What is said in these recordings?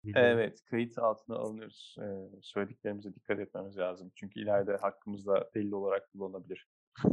biliyorum. Evet, kayıt altına alınıyoruz. Söylediklerimize dikkat etmemiz lazım. Çünkü ileride hakkımızda delil olarak kullanılabilir.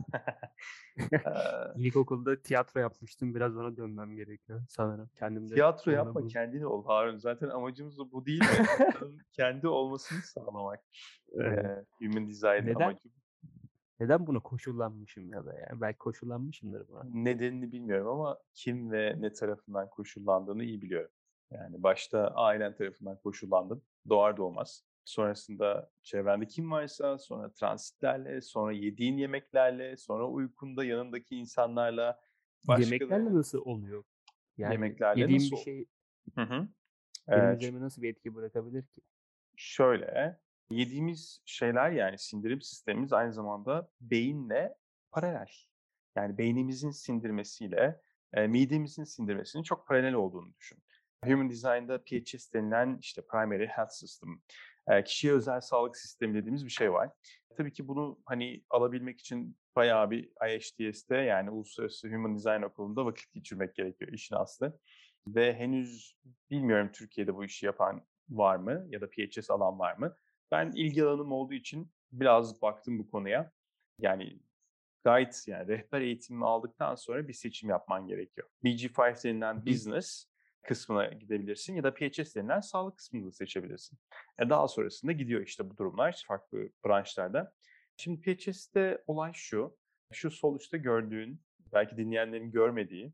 Eee, İlkokulda tiyatro yapmıştım. Biraz ona dönmem gerekiyor sanırım. Kendim de Tiyatro orada yapma, bulup. kendin ol Harun. Zaten amacımız da bu değil mi? İnsanın kendi olmasını sağlamak. Evet. Human Design Neden amacı. neden buna koşullanmışım ya da yani belki koşullanmışımdır buna. Nedenini bilmiyorum ama kim ve ne tarafından koşullandığını iyi biliyorum. Yani başta ailen tarafından koşullandın, doğar doğmaz. Sonrasında çevrende kim varsa, sonra transitlerle, sonra yediğin yemeklerle, sonra uykunda yanındaki insanlarla, Yemeklerle başkalarının nasıl oluyor? Yani yemeklerle yediğim bir nasıl? şey Hı hı. benim Ç üzerimde nasıl bir etki bırakabilir ki? Şöyle, yediğimiz şeyler, yani sindirim sistemimiz aynı zamanda beyinle paralel. Yani beynimizin sindirmesiyle, midemizin sindirmesinin çok paralel olduğunu düşün. Human Design'da PHS denilen, işte, Primary Health System, kişiye özel sağlık sistemi dediğimiz bir şey var. Tabii ki bunu, hani, alabilmek için bayağı bir IHDS'de, yani Uluslararası Human Design Okulu'nda vakit geçirmek gerekiyor işin aslı ve henüz bilmiyorum Türkiye'de bu işi yapan var mı ya da PHS alan var mı? Ben ilgi alanım olduğu için biraz baktım bu konuya. Yani yani rehber eğitimimi aldıktan sonra bir seçim yapman gerekiyor. BG5 denilen Hı hı. business kısmına gidebilirsin ya da PHS denilen sağlık kısmını da seçebilirsin. Daha sonrasında gidiyor işte bu durumlar farklı branşlarda. Şimdi PHS'te olay şu sol üstte gördüğün, belki dinleyenlerin görmediği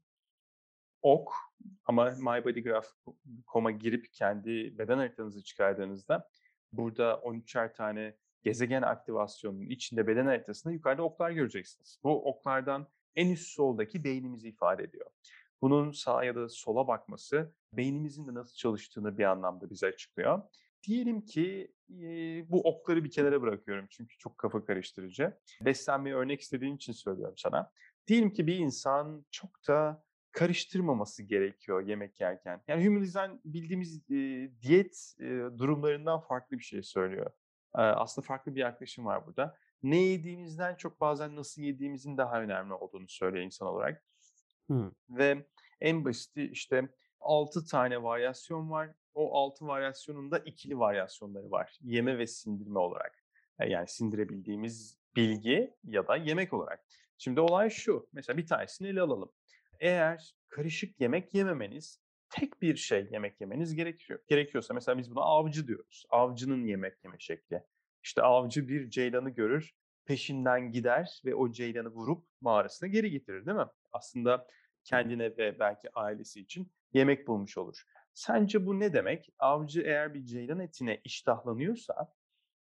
ok ama mybodygraph.com'a girip kendi beden haritanızı çıkardığınızda burada 13'er tane gezegen aktivasyonunun içinde beden haritasında yukarıda oklar göreceksiniz. Bu oklardan en üst soldaki beynimizi ifade ediyor. Bunun sağa ya da sola bakması beynimizin de nasıl çalıştığını bir anlamda bize açıklıyor. Diyelim ki bu okları bir kenara bırakıyorum çünkü çok kafa karıştırıcı. Beslenmeyi örnek istediğin için söylüyorum sana. Diyelim ki bir insan çok da karıştırmaması gerekiyor yemek yerken. Yani Human Design bildiğimiz, diyet, durumlarından farklı bir şey söylüyor. Aslında farklı bir yaklaşım var burada. Ne yediğimizden çok bazen nasıl yediğimizin daha önemli olduğunu söylüyor insan olarak. Hıı. Ve en basiti, işte, 6 tane varyasyon var. O 6 varyasyonun da ikili varyasyonları var. Yeme ve sindirme olarak. Yani sindirebildiğimiz bilgi ya da yemek olarak. Şimdi olay şu, mesela bir tanesini ele alalım. Eğer karışık yemek yememeniz, tek bir şey yemek yemeniz gerekiyorsa mesela biz buna avcı diyoruz. Avcının yemek yeme şekli. İşte avcı bir ceylanı görür, peşinden gider ve o ceylanı vurup mağarasına geri getirir, değil mi? Aslında kendine ve belki ailesi için yemek bulmuş olur. Sence bu ne demek? Avcı eğer bir ceylan etine iştahlanıyorsa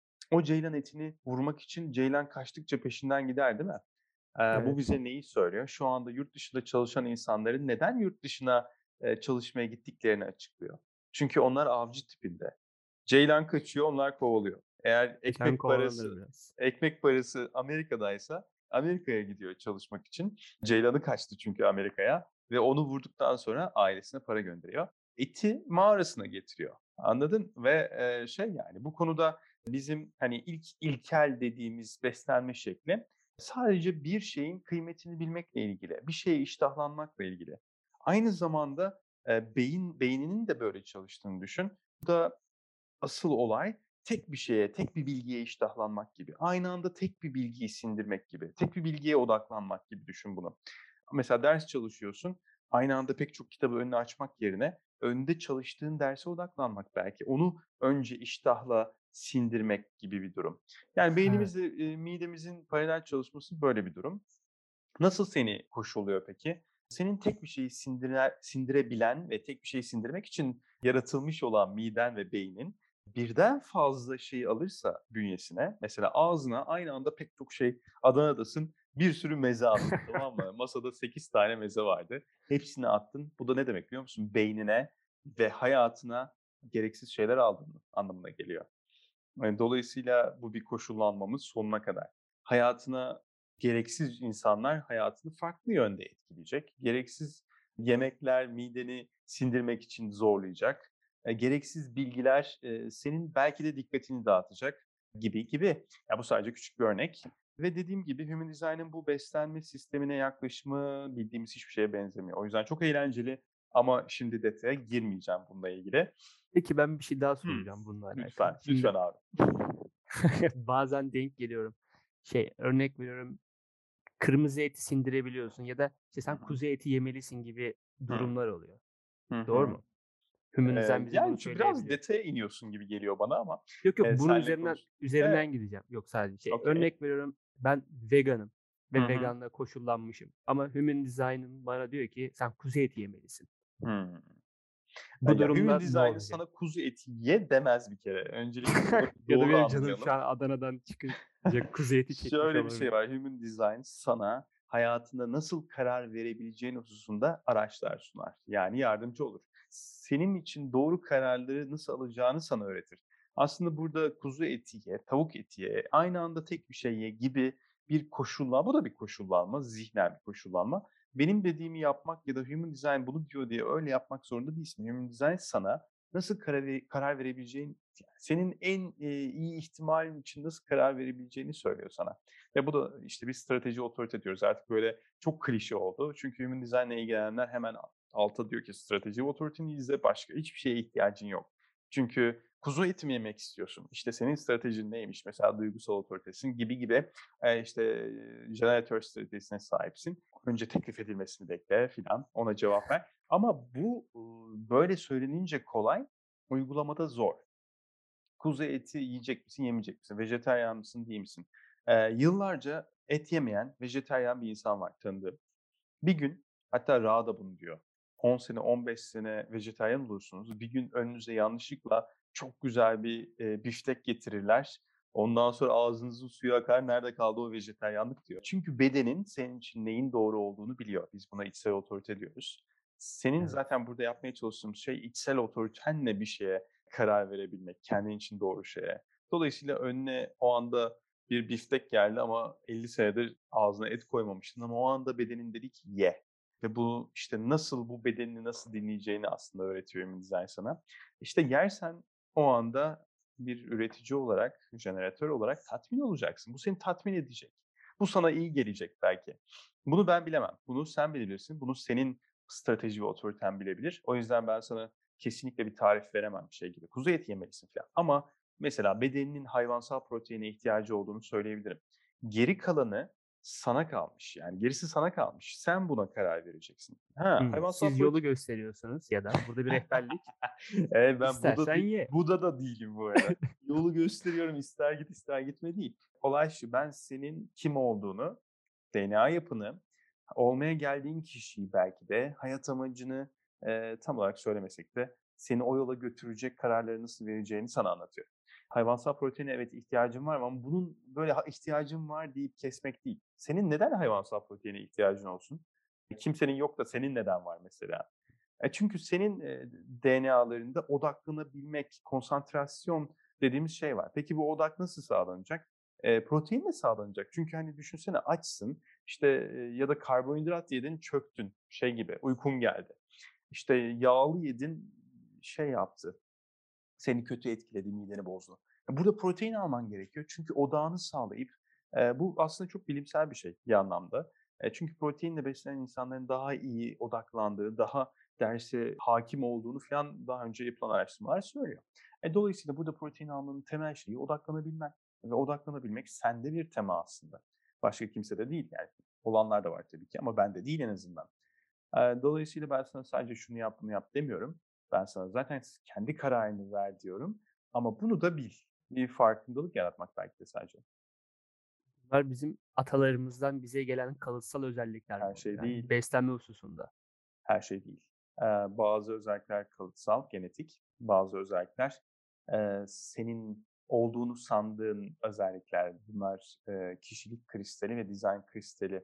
o ceylan etini vurmak için ceylan kaçtıkça peşinden gider, değil mi? Bu Evet. bize neyi söylüyor? Şu anda yurt dışında çalışan insanların neden yurt dışına, çalışmaya gittiklerini açıklıyor. Çünkü onlar avcı tipinde. Ceylan kaçıyor, onlar kovalıyor. Eğer Kaçan kovalanır biraz. ekmek parası Amerika'daysa Amerika'ya gidiyor çalışmak için. Ceylanı kaçtı çünkü Amerika'ya ve onu vurduktan sonra ailesine para gönderiyor. Eti mağarasına getiriyor. Anladın? Ve, yani bu konuda bizim, hani, ilkel dediğimiz beslenme şekli sadece bir şeyin kıymetini bilmekle ilgili, bir şeye iştahlanmakla ilgili. Aynı zamanda, beyninin de böyle çalıştığını düşün. Bu da asıl olay tek bir şeye, tek bir bilgiye iştahlanmak gibi. Aynı anda tek bir bilgiyi sindirmek gibi, tek bir bilgiye odaklanmak gibi düşün bunu. Mesela ders çalışıyorsun, aynı anda pek çok kitabı önüne açmak yerine önünde çalıştığın derse odaklanmak belki. Onu önce iştahla sindirmek gibi bir durum. Yani Evet. beynimizle, midemizin paralel çalışması böyle bir durum. Nasıl seni koşulluyor peki? Senin tek bir şeyi sindirebilen ve tek bir şeyi sindirmek için yaratılmış olan miden ve beynin birden fazla şeyi alırsa bünyesine, mesela ağzına aynı anda pek çok şey, Adana'dasın, bir sürü meze attın, tamam mı? Masada 8 tane meze vardı. Hepsini attın. Bu da ne demek biliyor musun? Beynine ve hayatına gereksiz şeyler aldığın anlamına geliyor. Dolayısıyla bu bir koşullanmamız sonuna kadar. Hayatına gereksiz insanlar hayatını farklı yönde etkileyecek. Gereksiz yemekler mideni sindirmek için zorlayacak. Gereksiz bilgiler, senin belki de dikkatini dağıtacak gibi gibi. Ya, bu sadece küçük bir örnek ve dediğim gibi Human Design'ın bu beslenme sistemine yaklaşımı bildiğimiz hiçbir şeye benzemiyor. O yüzden çok eğlenceli. Ama şimdi detaya girmeyeceğim bununla ilgili. Peki ben bir şey daha Hımm. soracağım bununla alakalı. Lütfen, Şimdi lütfen abi. bazen denk geliyorum. Örnek veriyorum, kırmızı eti sindirebiliyorsun ya da işte Hı sen hı. kuzu eti yemelisin gibi Hı. durumlar oluyor. Hı Doğru hı. mu? Human Design bize bunu Yani biraz söyleyebiliyor. detaya iniyorsun gibi geliyor bana ama, Yok, yok, bunun seninle Evet, üzerinden gideceğim. Yok, sadece okay. örnek veriyorum, ben veganım Hı ve hı. veganlığa koşullanmışım ama Human Design'ım bana diyor ki sen kuzu eti yemelisin. Hımm. Bu Ya, Human durumda ne Design'ın olacak? sana kuzu eti ye demez bir kere. Öncelikle bunu Ya da doğru benim canım şu anlayalım. an Adana'dan çıkınca kuzu eti çekmiş Şöyle bir şey olabilir. var, Human Design sana hayatında nasıl karar verebileceğin hususunda araçlar sunar. Yani yardımcı olur. Senin için doğru kararları nasıl alacağını sana öğretir. Aslında burada kuzu eti ye, tavuk eti ye, aynı anda tek bir şey ye gibi bir koşullanma, bu da bir koşullanma, zihnel bir koşullanma. Benim dediğimi yapmak ya da Human Design bunu diyor diye öyle yapmak zorunda değilsin. Human Design sana nasıl karar verebileceğin, senin en, iyi ihtimalin için nasıl karar verebileceğini söylüyor sana. Ve bu da işte bir strateji otorite diyoruz. Artık böyle çok klişe oldu. Çünkü Human Design'la ilgilenenler hemen alta diyor ki strateji otoriteni izle, başka hiçbir şeye ihtiyacın yok. Çünkü kuzu eti mi yemek istiyorsun? İşte senin stratejin neymiş? Mesela duygusal otoritesin gibi gibi, işte, jeneratör stratejisine sahipsin. Önce teklif edilmesini bekle filan, ona cevap ver. Ama bu, böyle söylenince kolay, uygulamada zor. Kuzu eti yiyecek misin, yemeyecek misin? Vejetaryen misin, değil misin? Yıllarca et yemeyen vejetaryen bir insan var tanıdığım. Bir gün, hatta Ra da bunu diyor, 10 sene, 15 sene vejetaryen olursunuz. Bir gün önünüze yanlışlıkla çok güzel bir, biftek getirirler. Ondan sonra ağzınızın suyu akar, nerede kaldı o vejetaryenlik diyor. Çünkü bedenin senin için neyin doğru olduğunu biliyor. Biz buna içsel otorite diyoruz. Senin Evet. zaten burada yapmaya çalıştığımız şey içsel otoritenle bir şeye karar verebilmek, kendin için doğru şeye. Dolayısıyla önüne o anda bir biftek geldi ama 50 senedir ağzına et koymamıştın ama o anda bedenin dedi ki ye. Ve bu işte nasıl bu bedenini nasıl dinleyeceğini aslında öğretiyor Human Design sana. İşte yersen o anda bir üretici olarak, jeneratör olarak tatmin olacaksın. Bu seni tatmin edecek. Bu sana iyi gelecek belki. Bunu ben bilemem. Bunu sen bilebilirsin. Bunu senin strateji ve otoriten bilebilir. O yüzden ben sana kesinlikle bir tarif veremem bir şey gibi. Kuzu eti yemelisin falan. Ama mesela bedeninin hayvansal proteine ihtiyacı olduğunu söyleyebilirim. Geri kalanı sana kalmış. Yani gerisi sana kalmış. Sen buna karar vereceksin. Ha, hayvansal Siz yolu protein. gösteriyorsunuz ya da burada bir rehberlik. Evet, ben İstersen ye. Buda da değilim bu arada. Yolu gösteriyorum, ister git ister gitme değil. Olay şu, ben senin kim olduğunu, DNA yapını, olmaya geldiğin kişiyi belki de, hayat amacını, tam olarak söylemesek de seni o yola götürecek kararları nasıl vereceğini sana anlatıyorum. Hayvansal proteine evet ihtiyacın var ama bunun böyle ihtiyacım var deyip kesmek değil. Senin neden hayvansal proteine ihtiyacın olsun? Kimsenin yok da senin neden var mesela? Çünkü senin, DNA'larında odaklanabilmek, konsantrasyon dediğimiz şey var. Peki bu odak nasıl sağlanacak? Proteinle sağlanacak. Çünkü, hani, düşünsene açsın, işte, ya da karbonhidrat yedin, çöktün, şey gibi, uykun geldi. İşte, yağlı yedin, şey yaptı, seni kötü etkiledi, mideni bozdu. Burada protein alman gerekiyor çünkü odağını sağlayıp, bu aslında çok bilimsel bir şey bir anlamda. Çünkü proteinle beslenen insanların daha iyi odaklandığı, daha derse hâkim olduğunu filan daha önce yapılan araştırmalar söylüyor. Dolayısıyla burada protein almanın temel şeyi odaklanabilmen ve odaklanabilmek sende bir tema aslında. Başka kimsede değil yani. Olanlar da var tabii ki ama bende değil en azından. Dolayısıyla ben sana sadece şunu yap, bunu yap demiyorum. Ben sana zaten kendi kararını ver diyorum ama bunu da bil. Bir farkındalık yaratmak belki de sadece. Bunlar bizim atalarımızdan bize gelen kalıtsal özellikler Her mi şey oluyor? değil, Yani beslenme hususunda. her şey değil. Bazı özellikler kalıtsal, genetik, bazı özellikler, senin olduğunu sandığın özellikler. Bunlar, kişilik kristali ve dizayn kristali,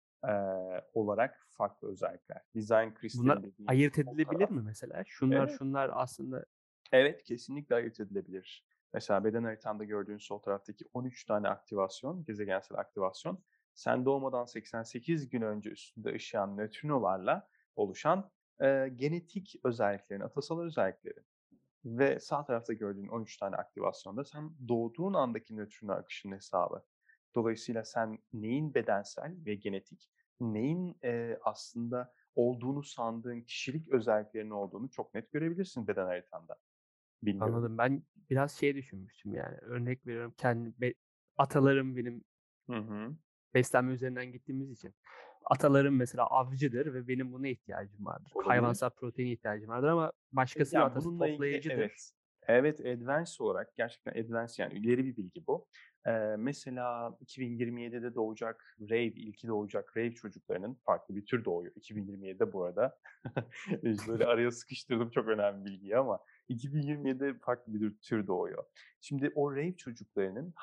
olarak farklı özellikler. Dizayn Bunlar kristali dediğimiz ayırt o edilebilir taraf. mi mesela? Şunlar Evet. şunlar aslında. Evet, kesinlikle ayırt edilebilir. Mesela beden haritanda gördüğün sol taraftaki 13 tane aktivasyon, gezegensel aktivasyon, sen doğmadan 88 gün önce üstünde ışıyan nötrinolarla oluşan, genetik özelliklerin, atasal özellikleri. Ve sağ tarafta gördüğün 13 tane aktivasyonda sen doğduğun andaki nötrino akışının hesabı. Dolayısıyla sen neyin bedensel ve genetik, neyin, aslında olduğunu sandığın kişilik özelliklerinin olduğunu çok net görebilirsin beden haritanda. Bilmiyorum. Anladım. Ben biraz şey düşünmüştüm yani, örnek veriyorum, atalarım benim Hı hı. beslenme üzerinden gittiğimiz için. Atalarım mesela avcıdır ve benim buna ihtiyacım vardır. Olabilir. Hayvansal proteine ihtiyacım vardır ama başkasının Yani, atası bununla ilgili toplayıcıdır. evet. Evet, advance olarak gerçekten advance yani ileri bir bilgi bu. Mesela 2027'de doğacak rave, ilki doğacak rave çocuklarının farklı bir tür doğuyor. 2027'de bu arada. Böyle araya sıkıştırdım çok önemli bilgiyi ama 2027'de farklı bir tür doğuyor. Şimdi o rave çocuklarının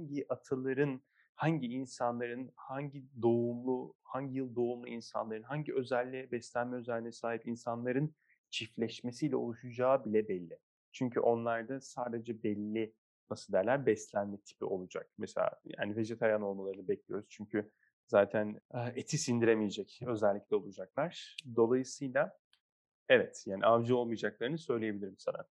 hangi insanların, hangi yıl doğumlu insanların, hangi özelliğe, beslenme özelliğine sahip insanların çiftleşmesiyle oluşacağı bile belli. Çünkü onlarda sadece belli, nasıl derler, beslenme tipi olacak. Mesela yani vejetaryen olmalarını bekliyoruz çünkü zaten, eti sindiremeyecek özellikte olacaklar. Dolayısıyla evet, yani avcı olmayacaklarını söyleyebilirim sana.